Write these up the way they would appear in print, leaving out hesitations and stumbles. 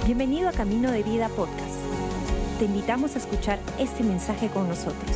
Bienvenido a Camino de Vida Podcast. Te invitamos a escuchar este mensaje con nosotros.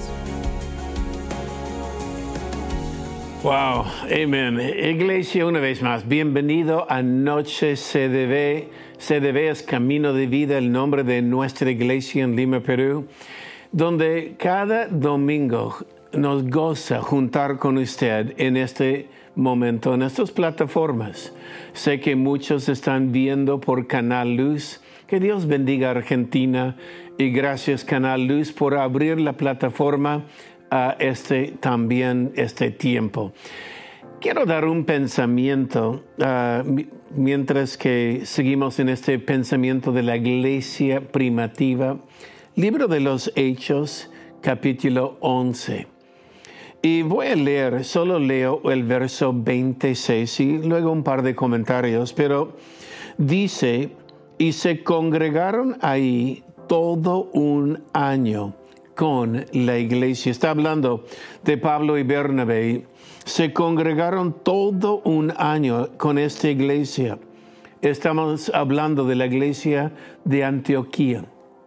Wow, amén. Iglesia, una vez más, bienvenido a Noche CDV. CDV es Camino de Vida, el nombre de nuestra iglesia en Lima, Perú, donde cada domingo nos goza juntar con usted en este momento, en estas plataformas. Sé que muchos están viendo por Canal Luz. Que Dios bendiga a Argentina y gracias Canal Luz por abrir la plataforma a este tiempo. Quiero dar un pensamiento mientras que seguimos en este pensamiento de la iglesia primitiva. Libro de los Hechos, capítulo 11. Y voy a leer, solo leo el verso 26 y luego un par de comentarios, pero dice: y se congregaron ahí todo un año con la iglesia. Está hablando de Pablo y Bernabé. Se congregaron todo un año con esta iglesia. Estamos hablando de la iglesia de Antioquía.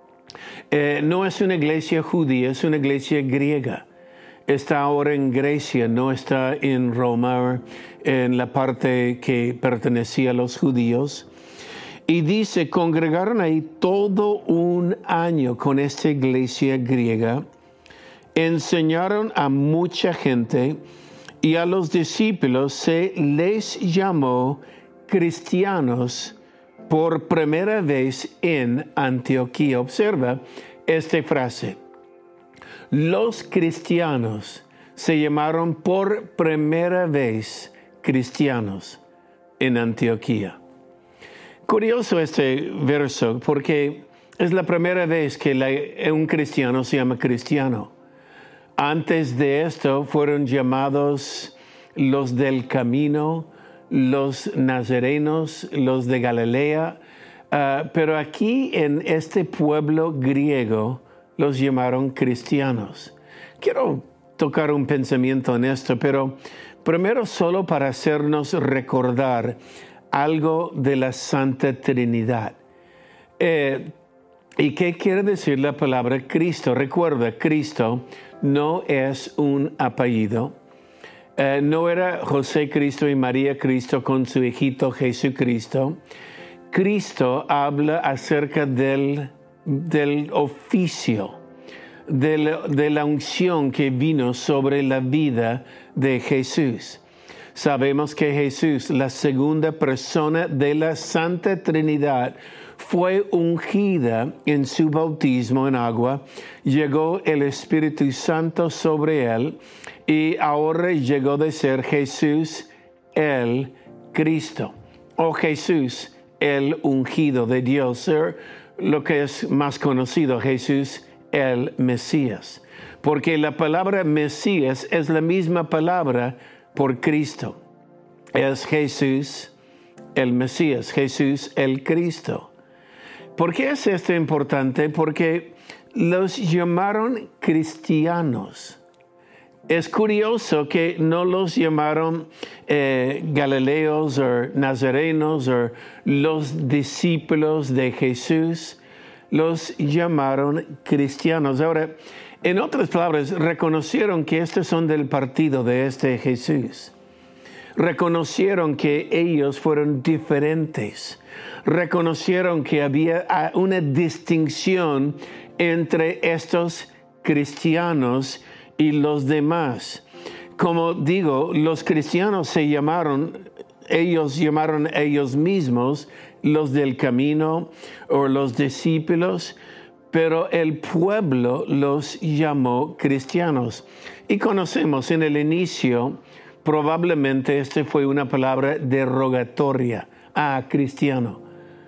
No es una iglesia judía, es una iglesia griega. Está ahora en Grecia, no está en Roma, en la parte que pertenecía a los judíos. Y dice, congregaron ahí todo un año con esta iglesia griega, enseñaron a mucha gente y a los discípulos se les llamó cristianos por primera vez en Antioquía. Observa esta frase. Los cristianos se llamaron por primera vez cristianos en Antioquía. Curioso este verso porque es la primera vez que un cristiano se llama cristiano. Antes de esto fueron llamados los del camino, los nazarenos, los de Galilea, pero aquí en este pueblo griego los llamaron cristianos. Quiero tocar un pensamiento en esto, pero primero solo para hacernos recordar algo de la Santa Trinidad. ¿Y qué quiere decir la palabra Cristo? Recuerda, Cristo no es un apellido. No era José Cristo y María Cristo con su hijito Jesucristo. Cristo habla acerca del oficio, de la unción que vino sobre la vida de Jesús. Sabemos que Jesús, la segunda persona de la Santa Trinidad, fue ungida en su bautismo en agua. Llegó el Espíritu Santo sobre él y ahora llegó de ser Jesús el Cristo o Jesús el ungido de Dios, lo que es más conocido, Jesús el Mesías. Porque la palabra Mesías es la misma palabra por Cristo. Es Jesús el Mesías, Jesús el Cristo. ¿Por qué es esto importante? Porque los llamaron cristianos. Es curioso que no los llamaron galileos o nazarenos o los discípulos de Jesús. Los llamaron cristianos. Ahora, en otras palabras, reconocieron que estos son del partido de este Jesús. Reconocieron que ellos fueron diferentes. Reconocieron que había una distinción entre estos cristianos y los demás. Como digo, los cristianos ellos llamaron a ellos mismos los del camino o los discípulos, pero el pueblo los llamó cristianos. Y conocemos en el inicio, probablemente esta fue una palabra derogatoria a cristiano.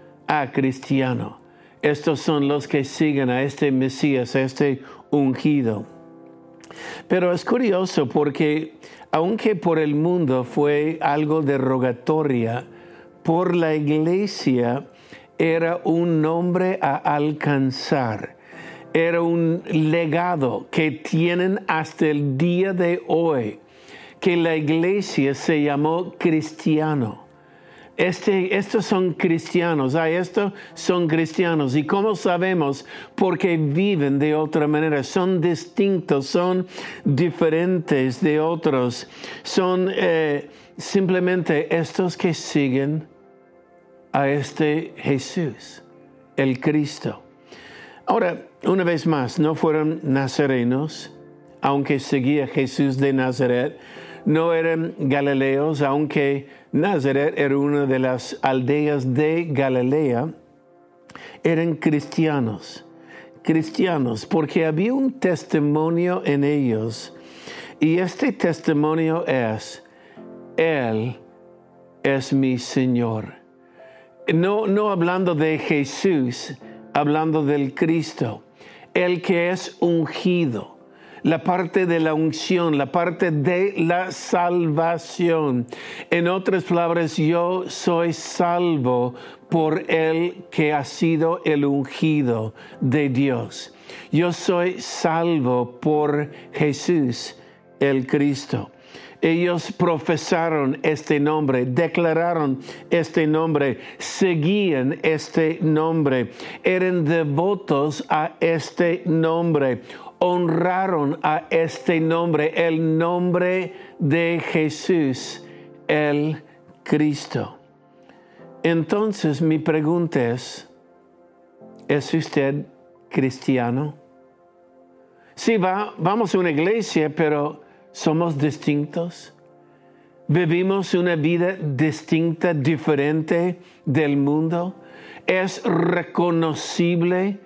Estos son los que siguen a este Mesías, a este ungido. Pero es curioso porque aunque por el mundo fue algo derogatoria, por la iglesia era un nombre a alcanzar. Era un legado que tienen hasta el día de hoy, que la iglesia se llamó cristiano. estos son cristianos, estos son cristianos. ¿Y cómo sabemos? Porque viven de otra manera, son distintos, son diferentes de otros, son simplemente estos que siguen a este Jesús, el Cristo. Ahora, una vez más, no fueron nazarenos, aunque seguía Jesús de Nazaret. No eran galileos, aunque Nazaret era una de las aldeas de Galilea. Eran cristianos, porque había un testimonio en ellos. Y este testimonio es, Él es mi Señor. No hablando de Jesús, hablando del Cristo, el que es ungido. La parte de la unción, la parte de la salvación. En otras palabras, yo soy salvo por el que ha sido el ungido de Dios. Yo soy salvo por Jesús, el Cristo. Ellos profesaron este nombre, declararon este nombre, seguían este nombre, eran devotos a este nombre. Honraron a este nombre, el nombre de Jesús, el Cristo. Entonces mi pregunta ¿es usted cristiano? Sí, vamos a una iglesia, pero somos distintos. Vivimos una vida distinta, diferente del mundo. Es reconocible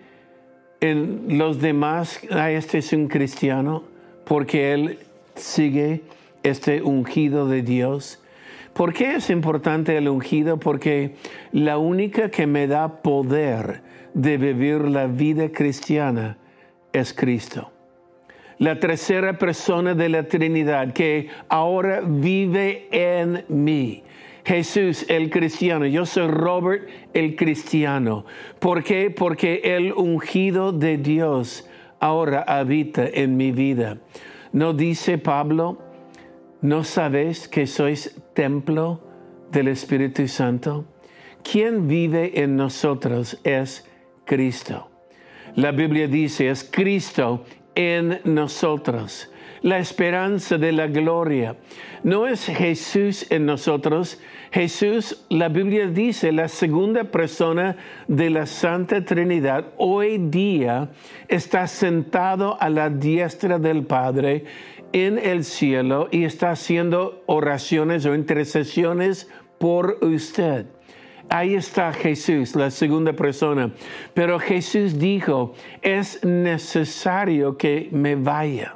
en los demás, este es un cristiano, porque él sigue este ungido de Dios. ¿Por qué es importante el ungido? Porque la única que me da poder de vivir la vida cristiana es Cristo. La tercera persona de la Trinidad que ahora vive en mí. Jesús, el cristiano. Yo soy Robert, el cristiano. ¿Por qué? Porque el ungido de Dios ahora habita en mi vida. ¿No dice Pablo, no sabéis que sois templo del Espíritu Santo? Quien vive en nosotros es Cristo. La Biblia dice, es Cristo en nosotros. La esperanza de la gloria. No es Jesús en nosotros. Jesús, la Biblia dice, la segunda persona de la Santa Trinidad, hoy día está sentado a la diestra del Padre en el cielo y está haciendo oraciones o intercesiones por usted. Ahí está Jesús, la segunda persona. Pero Jesús dijo, es necesario que me vaya.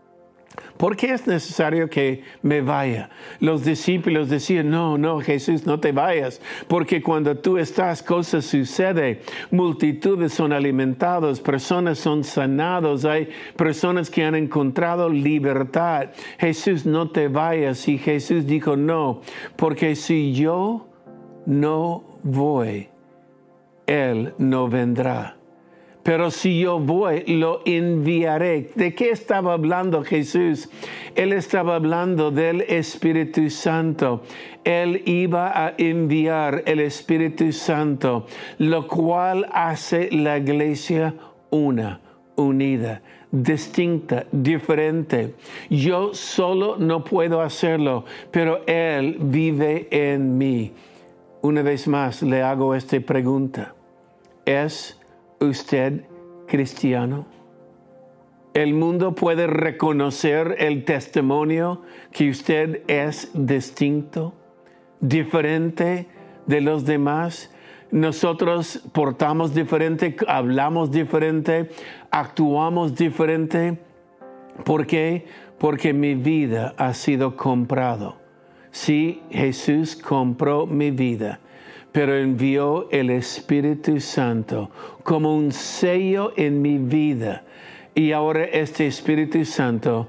¿Por qué es necesario que me vaya? Los discípulos decían, no, Jesús, no te vayas, porque cuando tú estás, cosas suceden, multitudes son alimentadas, personas son sanadas, hay personas que han encontrado libertad. Jesús, no te vayas. Y Jesús dijo, no, porque si yo no voy, Él no vendrá. Pero si yo voy, lo enviaré. ¿De qué estaba hablando Jesús? Él estaba hablando del Espíritu Santo. Él iba a enviar el Espíritu Santo, lo cual hace la iglesia unida, distinta, diferente. Yo solo no puedo hacerlo, pero Él vive en mí. Una vez más le hago esta pregunta. ¿Es usted cristiano? El mundo puede reconocer el testimonio que usted es distinto, diferente de los demás. Nosotros portamos diferente, hablamos diferente, actuamos diferente. ¿Por qué? Porque mi vida ha sido comprado. Sí, Jesús compró mi vida, pero envió el Espíritu Santo como un sello en mi vida. Y ahora este Espíritu Santo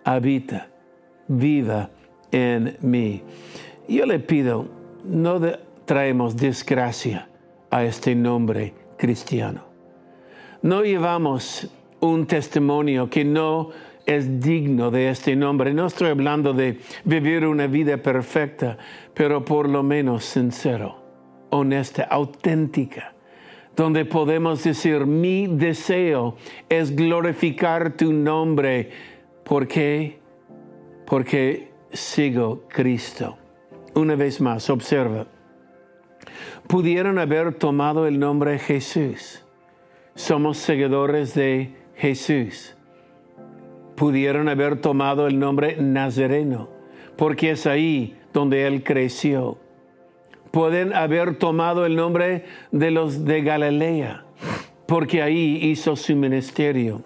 viva en mí. Yo le pido, no traemos desgracia a este nombre cristiano. No llevamos un testimonio que no es digno de este nombre. No estoy hablando de vivir una vida perfecta, pero por lo menos sincero, honesta, auténtica, donde podemos decir, mi deseo es glorificar tu nombre. ¿Por qué? Porque sigo Cristo. Una vez más, observa. Pudieron haber tomado el nombre Jesús. Somos seguidores de Jesús. Pudieron haber tomado el nombre Nazareno, porque es ahí donde Él creció. Pueden haber tomado el nombre de los de Galilea, porque ahí hizo su ministerio.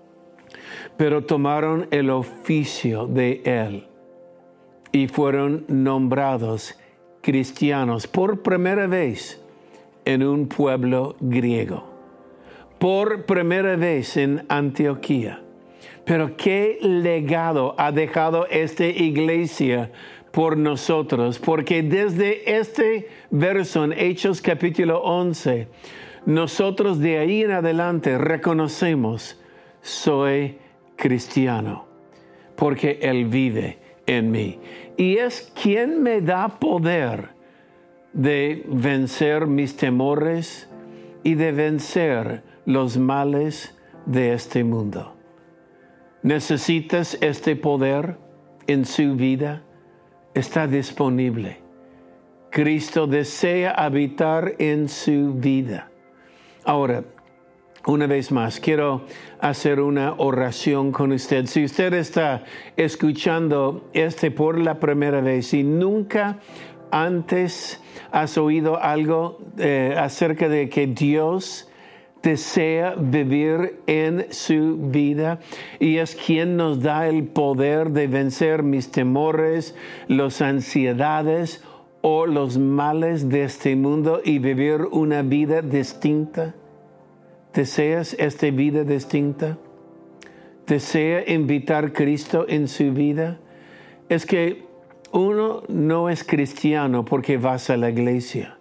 Pero tomaron el oficio de Él y fueron nombrados cristianos por primera vez en un pueblo griego. Por primera vez en Antioquía. Pero qué legado ha dejado esta iglesia por nosotros, porque desde este verso en Hechos capítulo 11, nosotros de ahí en adelante reconocemos, soy cristiano, porque Él vive en mí. Y es quien me da poder de vencer mis temores y de vencer los males de este mundo. ¿Necesitas este poder en su vida? Está disponible. Cristo desea habitar en su vida. Ahora, una vez más, quiero hacer una oración con usted. Si usted está escuchando por la primera vez y nunca antes has oído algo acerca de que Dios desea vivir en su vida y es quien nos da el poder de vencer mis temores, las ansiedades o los males de este mundo y vivir una vida distinta. ¿Deseas esta vida distinta? ¿Desea invitar a Cristo en su vida? Es que uno no es cristiano porque vas a la iglesia.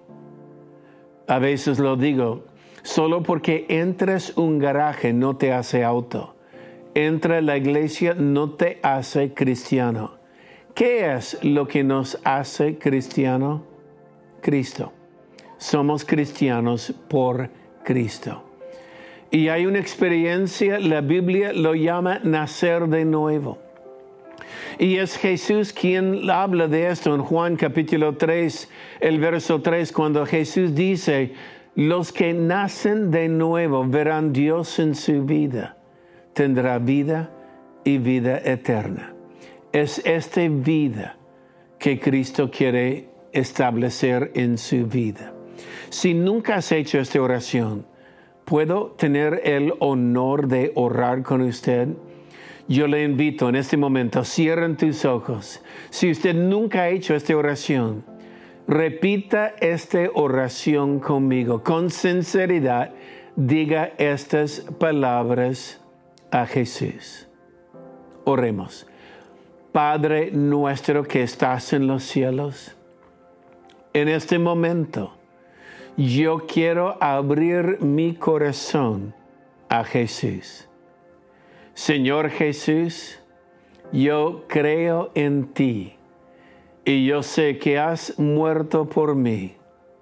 A veces lo digo, solo porque entras un garaje no te hace auto. Entra a la iglesia no te hace cristiano. ¿Qué es lo que nos hace cristiano? Cristo. Somos cristianos por Cristo. Y hay una experiencia, la Biblia lo llama nacer de nuevo. Y es Jesús quien habla de esto en Juan capítulo 3, el verso 3, cuando Jesús dice, los que nacen de nuevo verán Dios en su vida, tendrá vida y vida eterna. Es esta vida que Cristo quiere establecer en su vida. Si nunca has hecho esta oración, ¿puedo tener el honor de orar con usted? Yo le invito en este momento, cierren tus ojos. Si usted nunca ha hecho esta oración, repita esta oración conmigo. Con sinceridad, diga estas palabras a Jesús. Oremos. Padre nuestro que estás en los cielos, en este momento, yo quiero abrir mi corazón a Jesús. Señor Jesús, yo creo en ti y yo sé que has muerto por mí.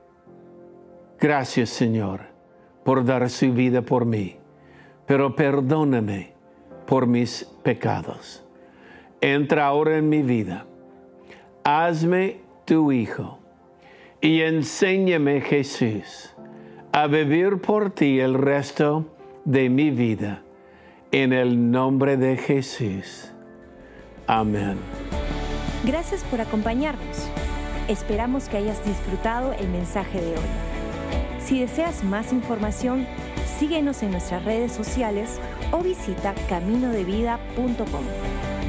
Gracias, Señor, por dar su vida por mí, pero perdóname por mis pecados. Entra ahora en mi vida, hazme tu hijo y enséñame, Jesús, a vivir por ti el resto de mi vida. En el nombre de Jesús. Amén. Gracias por acompañarnos. Esperamos que hayas disfrutado el mensaje de hoy. Si deseas más información, síguenos en nuestras redes sociales o visita caminodevida.com.